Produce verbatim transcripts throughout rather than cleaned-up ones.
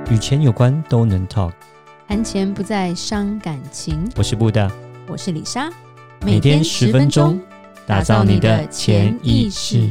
与钱有关都能 talk， 谈钱不再伤感情。 我是布大， 我是李莎， 每天十分钟，打造你的潜意识。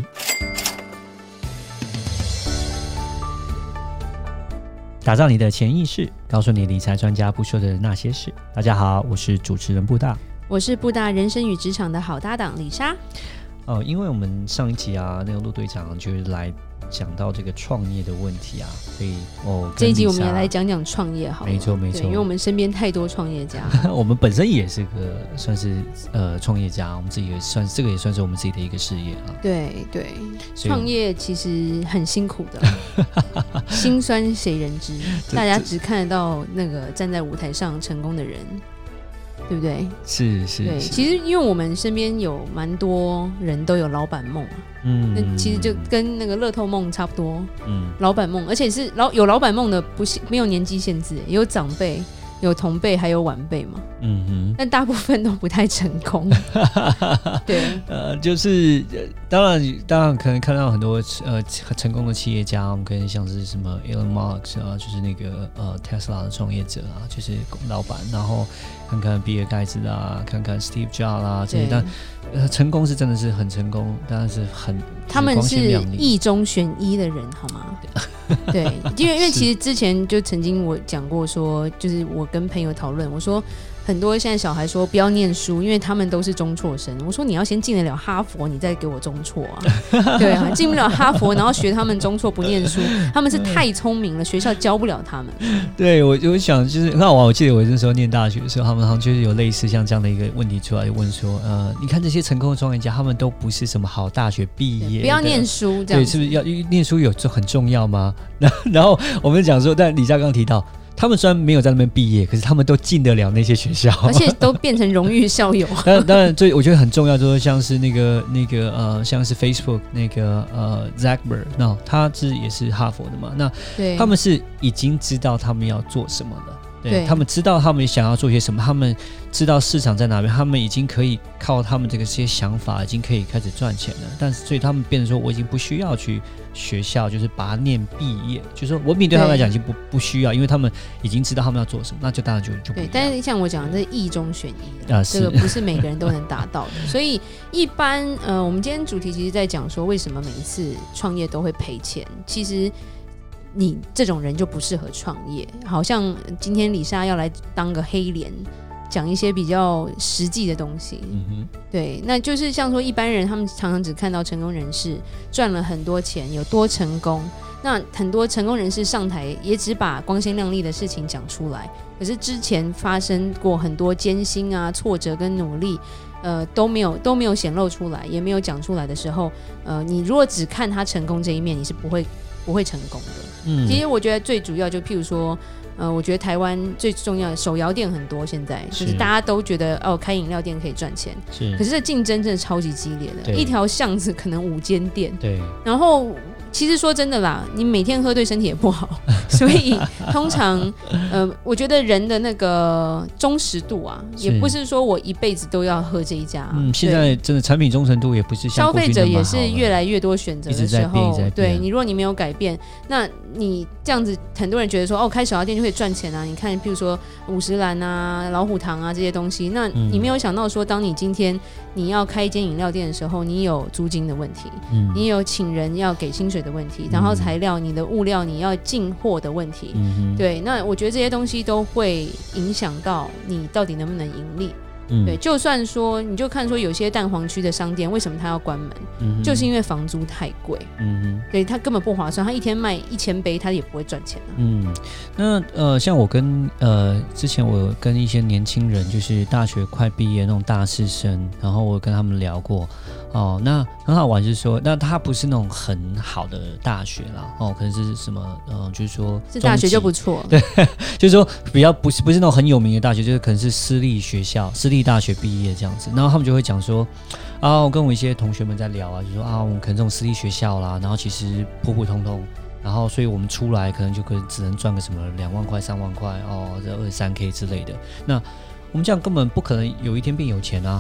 打造你的潜意识，告诉你理财专家不说的那些事。大家好，我是主持人布大， 我是布大人生与职场的好搭档李莎。 哦，因为我们上一集啊，那个陆队长就是来讲到这个创业的问题啊，所以哦， 这一集我们也来讲讲创业好了。 没错没错， 因为我们身边太多创业家， 我们本身也是个算是呃创业家，我们自己也算这个也算是我们自己的一个事业啊。 对对，创业其实很辛苦的，辛酸谁人知？大家只看得到那个站在舞台上成功的人。对不对？ 是是， 对，其实因为我们身边有蛮多人都有老板梦，嗯，那其实就跟那个乐透梦差不多，嗯，老板梦，而且是老有老板梦的，不是没有年纪限制，有长辈、有同辈，还有晚辈嘛，嗯哼，但大部分都不太成功，对， 呃，就是当然当然可能看到很多呃成功的企业家，我们可能像是什么 Elon Musk 啊，就是那个呃 Tesla 的创业者啊，就是老板，然后看看比尔盖茨啊，看看 Steve Jobs 啊这些，但、呃、成功是真的是很成功，当然是很他们是一中选一的人，好吗？对，因为因为其实之前就曾经我讲过说，就是我跟朋友讨论，我说很多现在小孩说不要念书，因为他们都是中辍生。我说你要先进得了哈佛，你再给我中辍啊！对啊，进不了哈佛，然后学他们中辍不念书，他们是太聪明了，学校教不了他们。 对，我就想就是很好玩。我记得我那时候念大学的时候，他们好像就是有类似像这样的一个问题出来，问说，呃，你看这些成功的创业家，他们都不是什么好大学毕业， 不要念书，这样对，是不是要念书有很重要吗？然后我们讲说，但李嘉刚提到。他们虽然没有在那边毕业，可是他们都进得了那些学校， 而且都变成荣誉校友。 当然，当然，最我觉得很重要，就是像是那个那个呃，像是 Facebook 那个呃 Zuckerberg， 那他是也是哈佛的嘛，那他们是已经知道他们要做什么了。对，对他们知道他们想要做些什么，他们知道市场在哪边，他们已经可以靠他们这个些想法，已经可以开始赚钱了。但是，所以他们变成说，我已经不需要去学校，就是把它念毕业，就是说文凭对他们来讲已经不不需要，因为他们已经知道他们要做什么，那就当然就就不一样。 对，但是像我讲的，这是一中选一的、啊，这个不是每个人都能达到的。所以一般呃，我们今天主题其实在讲说，为什么每一次创业都会赔钱？其实。你这种人就不适合创业，好像今天李莎要来当个黑脸，讲一些比较实际的东西。嗯哼，对，那就是像说一般人，他们常常只看到成功人士赚了很多钱，有多成功。那很多成功人士上台，也只把光鲜亮丽的事情讲出来，可是之前发生过很多艰辛啊、挫折跟努力。呃，都没有都没有显露出来，也没有讲出来的时候，呃，你如果只看他成功这一面，你是不会不会成功的。嗯，其实我觉得最主要就譬如说，呃，我觉得台湾最重要的手摇店很多，现在就是大家都觉得哦，开饮料店可以赚钱，是，可是这竞争真的超级激烈的，一条巷子可能五间店，对，然后。其实说真的啦，你每天喝对身体也不好，所以通常，呃，我觉得人的那个忠实度啊，也不是说我一辈子都要喝这一家。嗯， 现在真的产品忠诚度也不是像消费者也是越来越多选择的时候，对你，如果你没有改变，那你这样子，很多人觉得说，哦，开小药店就可以赚钱啊。你看，譬如说五十岚啊、老虎堂啊这些东西，那你没有想到说，当你今天你要开一间饮料店的时候，你有租金的问题，嗯、你有请人要给薪水的问题，然后材料、你的物料你要进货的问题，嗯、对，那我觉得这些东西都会影响到你到底能不能盈利。嗯、对，就算说你就看说有些蛋黄区的商店为什么他要关门，嗯、就是因为房租太贵，嗯、对，他根本不划算，他一天卖一千杯他也不会赚钱、啊、 嗯，那呃，像我跟呃之前我跟一些年轻人，就是大学快毕业那种大四生，然后我跟他们聊过哦，那很好玩，就是说，那他不是那种很好的大学啦，哦，可能是什么，呃，就是说， 是大学就不错， 对，就是说比较不是不是那种很有名的大学，就是可能是私立学校、私立大学毕业这样子，然后他们就会讲说，啊，我跟我一些同学们在聊啊，就说啊，我们可能这种私立学校啦，然后其实普普通通。然后，所以我们出来可能就可能只能赚个什么两万块、三万块哦，这二三 K 之类的。那我们这样根本不可能有一天变有钱啊！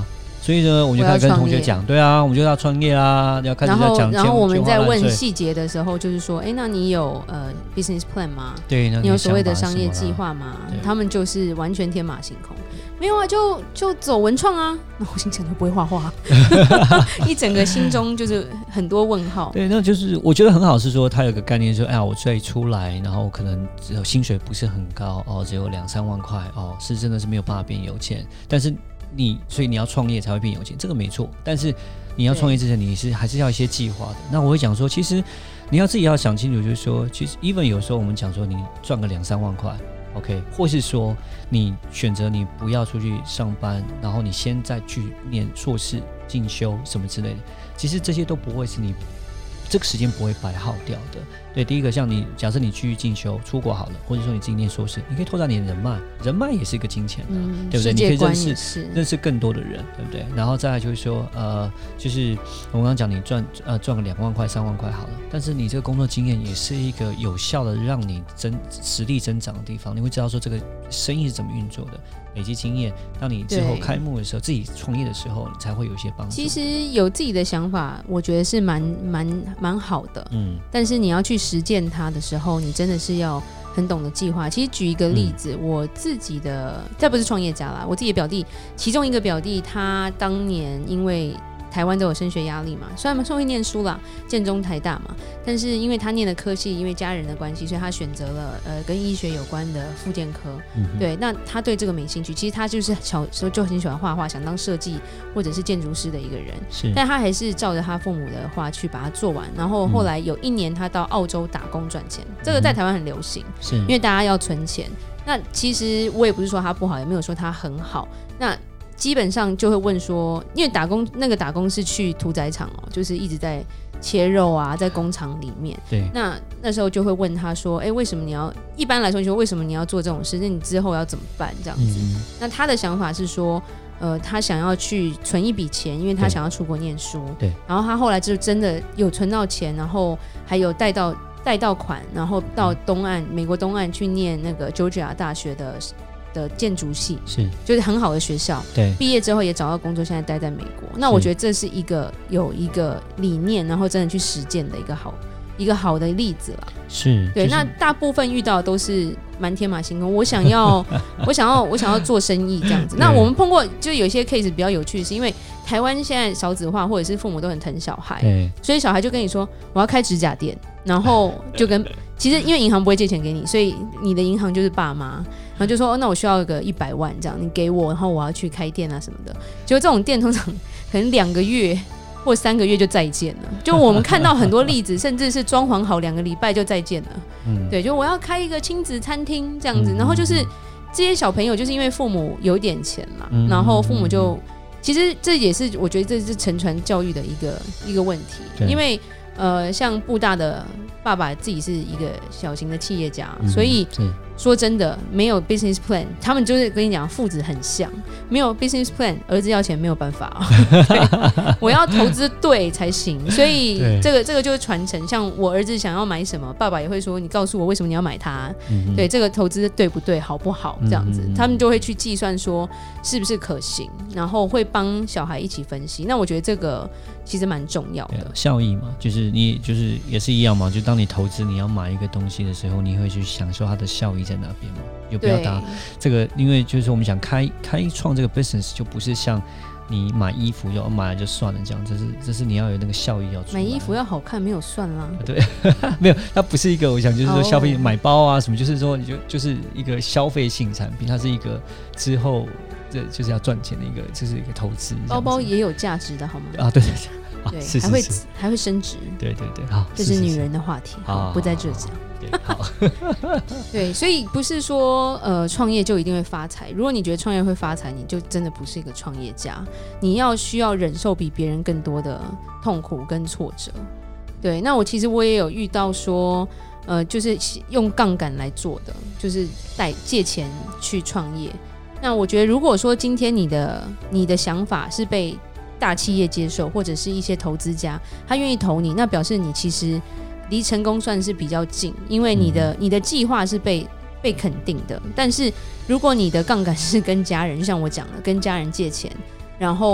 所以呢，我们就开始跟同学讲，对啊，我们就要创业啦，要开始在讲。 然后我们在问细节的时候，就是说，哎，那你有呃 business plan 吗？ 对， 你有所谓的商业计划吗？他们就是完全天马行空，没有啊，就就走文创啊。那我心想就不会画画，一整个心中就是很多问号。 对，那就是我觉得很好，是说他有个概念说，哎呀，我再出来，然后可能只有薪水不是很高哦，只有两三万块哦，是真的是没有办法变有钱，但是。你所以你要创业才会变有钱，这个没错。但是你要创业之前，你是还是要一些计划的。那我会讲说，其实你要自己要想清楚，就是说，其实 even 有时候我们讲说，你赚个两三万块 ，OK， 或是说你选择你不要出去上班，然后你先再去念硕士、进修什么之类的，其实这些都不会是你这个时间不会白耗掉的。对，第一个像你，假设你去进修出国好了，或者说你自己念硕士，你可以拓展你的人脉，人脉也是一个金钱的、嗯，对不对？你可以认识认识更多的人，对不对？然后再来就是说，呃，就是我刚刚讲你赚呃赚个两万块、三万块好了，但是你这个工作经验也是一个有效的让你增实力增长的地方，你会知道说这个生意是怎么运作的。累积经验，当你之后开幕的时候，自己创业的时候，你才会有一些帮助。 其实有自己的想法，我觉得是蛮蛮蛮好的。嗯，但是你要去实践它的时候，你真的是要很懂得计划。其实举一个例子，嗯、我自己的，这不是创业家啦，我自己的表弟，其中一个表弟，他当年因为台湾都有升学压力嘛，虽然说会念书啦，建中台大嘛，但是因为他念的科系，因为家人的关系，所以他选择了呃跟医学有关的复健科。嗯、对，那他对这个没兴趣，其实他就是小时候就很喜欢画画，想当设计或者是建筑师的一个人。是，但他还是照着他父母的话去把它做完。然后后来有一年他到澳洲打工赚钱，嗯、这个在台湾很流行，是因为大家要存钱。那其实我也不是说他不好，也没有说他很好。那基本上就会问说，因为打工那个打工是去屠宰场哦，就是一直在切肉啊，在工厂里面。对，那那时候就会问他说，哎，为什么你要？一般来说，你说为什么你要做这种事？那你之后要怎么办？这样子。嗯、那他的想法是说，呃，他想要去存一笔钱，因为他想要出国念书。对。然后他后来就真的有存到钱，然后还有贷到贷到款，然后到东岸、嗯、美国东岸去念那个 Georgia 大学的。的建筑系是就是很好的学校，对，毕业之后也找到工作，现在待在美国。那我觉得这是一个有一个理念，然后真的去实践的一个好一个好的例子啦。是，对。就是、那大部分遇到的都是蛮天马行空，我想要，我想要，我想要做生意这样子。那我们碰过，就有一些 case 比较有趣，是因为台湾现在少子化，或者是父母都很疼小孩，所以小孩就跟你说我要开指甲店，然后就跟其实因为银行不会借钱给你，所以你的银行就是爸妈。然后就说、哦、那我需要个一百万这样，你给我，然后我要去开店啊什么的。结果这种店通常可能两个月或三个月就再见了。就我们看到很多例子，甚至是装潢好两个礼拜就再见了。嗯，对，就我要开一个亲子餐厅这样子，然后就是这些小朋友就是因为父母有点钱嘛，嗯、然后父母就其实这也是我觉得这是承传教育的一个一个问题，因为呃像布大的爸爸自己是一个小型的企业家，嗯、所以。说真的，没有 business plan， 他们就是跟你讲父子很像，没有 business plan， 儿子要钱没有办法、哦，我要投资对才行，所以这个这个就是传承。像我儿子想要买什么，爸爸也会说你告诉我为什么你要买它，嗯、对这个投资对不对，好不好这样子，嗯、他们就会去计算说是不是可行，然后会帮小孩一起分析。那我觉得这个其实蛮重要的， 效益嘛，就是你就是也是一样嘛，就当你投资你要买一个东西的时候，你会去享受它的效益在哪边嘛？有不要打这个，因为就是我们想开开创这个 business， 就不是像你买衣服就买了就算了这样，这是这是你要有那个效益要出来。 买衣服要好看没有算啦， 对，没有，它不是一个我想就是说消费、oh. 买包啊什么，就是说你就就是一个消费性产品，它是一个之后这就是要赚钱的一个，就是一个投资。 包包也有价值的好吗？ 啊，对对对。 对， 是是是还会还会升值， 对对对，好， 这是女人的话题，好，好不在这讲。对，好，对，所以不是说呃创业就一定会发财。如果你觉得创业会发财，你就真的不是一个创业家。你要需要忍受比别人更多的痛苦跟挫折。对，那我其实我也有遇到说，呃，就是用杠杆来做的，就是贷借钱去创业。那我觉得，如果说今天你的你的想法是被大企业接受，或者是一些投资家他愿意投你，那表示你其实离成功算是比较近，因为你的、嗯、你的计划是被被肯定的。但是如果你的杠杆是跟家人，就像我讲的跟家人借钱，然后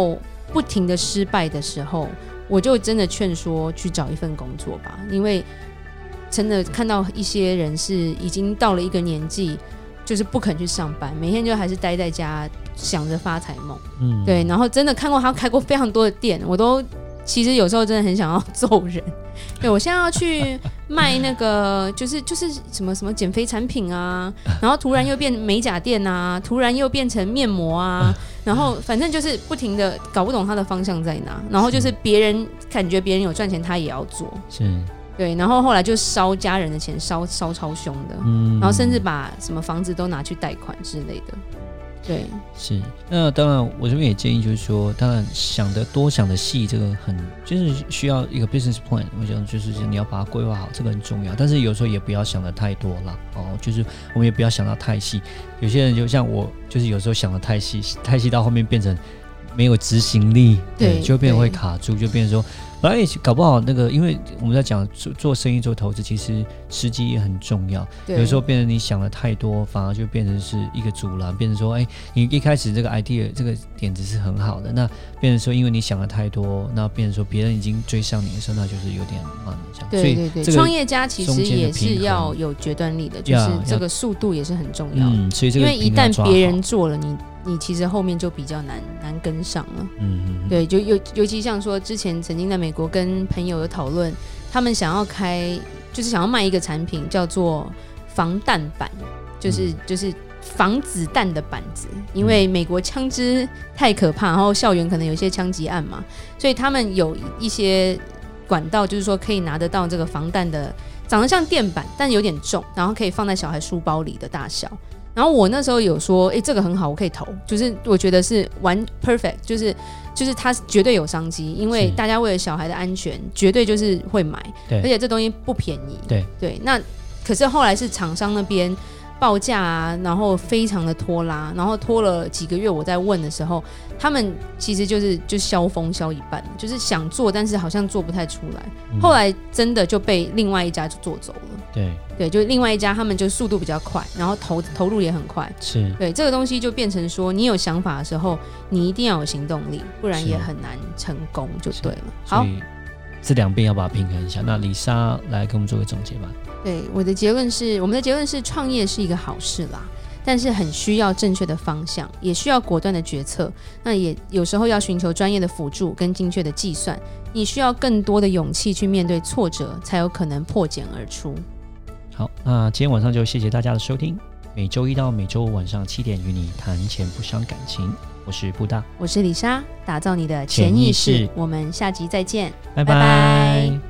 不停的失败的时候，我就真的劝说去找一份工作吧，因为真的看到一些人是已经到了一个年纪，就是不肯去上班，每天就还是待在家想着发财梦。嗯，对，然后真的看过他开过非常多的店，我都其实有时候真的很想要揍人。对，我现在要去卖那个就是就是什么什么减肥产品啊，然后突然又变美甲店啊，突然又变成面膜啊，然后反正就是不停的搞不懂他的方向在哪，然后就是别人感觉别人有赚钱他也要做，是，对，然后后来就烧家人的钱，烧烧超凶的，嗯，然后甚至把什么房子都拿去贷款之类的。对， 是。那当然我这边也建议就是说，当然想得多想得细，这个很就是需要一个 business plan， 我想就是你要把它规划好，这个很重要，但是有时候也不要想得太多了哦，就是我们也不要想到太细，有些人就像我就是有时候想得太细，太细到后面变成没有执行力，对，对就变成会卡住，就变成说本来也搞不好那个，因为我们在讲 做, 做生意做投资，其实时机也很重要。有时候变成你想的太多，反而就变成是一个阻拦，变成说，哎，你一开始这个 idea 这个点子是很好的，那变成说因为你想的太多，那变成说别人已经追上你的时候，那就是有点慢了这样。 对对对，创业家其实也是要有决断力的，就是这个速度也是很重要的。嗯，所以这个因为一旦别人做了，你你其实后面就比较难难跟上了。嗯嗯，对，就尤尤其像说之前曾经在美国跟朋友有讨论，他们想要开就是想要卖一个产品叫做防弹板，就是、嗯、就是防子弹的板子，因为美国枪支太可怕，然后校园可能有一些枪击案嘛，所以他们有一些管道，就是说可以拿得到这个防弹的，长得像电板，但有点重，然后可以放在小孩书包里的大小。然后我那时候有说，哎，这个很好，我可以投，就是我觉得是完 perfect， 就是就是它绝对有商机，因为大家为了小孩的安全，绝对就是会买，而且这东西不便宜， 对对。那可是后来是厂商那边报价啊，然后非常的拖拉，然后拖了几个月，我在问的时候，他们其实就是就消风消一半，就是想做，但是好像做不太出来。嗯、后来真的就被另外一家就做走了。 对对，就另外一家，他们就速度比较快，然后投投入也很快。 是对这个东西就变成说，你有想法的时候，你一定要有行动力，不然也很难成功，就对了。好， 这两边要把它平衡一下。那李莎来跟我们做个总结吧。 对，我的结论是，我们的结论是，创业是一个好事啦，但是很需要正确的方向，也需要果断的决策。那也有时候要寻求专业的辅助跟精确的计算。你需要更多的勇气去面对挫折，才有可能破茧而出。 好，那今天晚上就谢谢大家的收听。每周一到每周五晚上七点与你谈钱不伤感情。我是布大， 我是李莎，打造你的潜意识。我们下集再见， 拜拜。拜拜。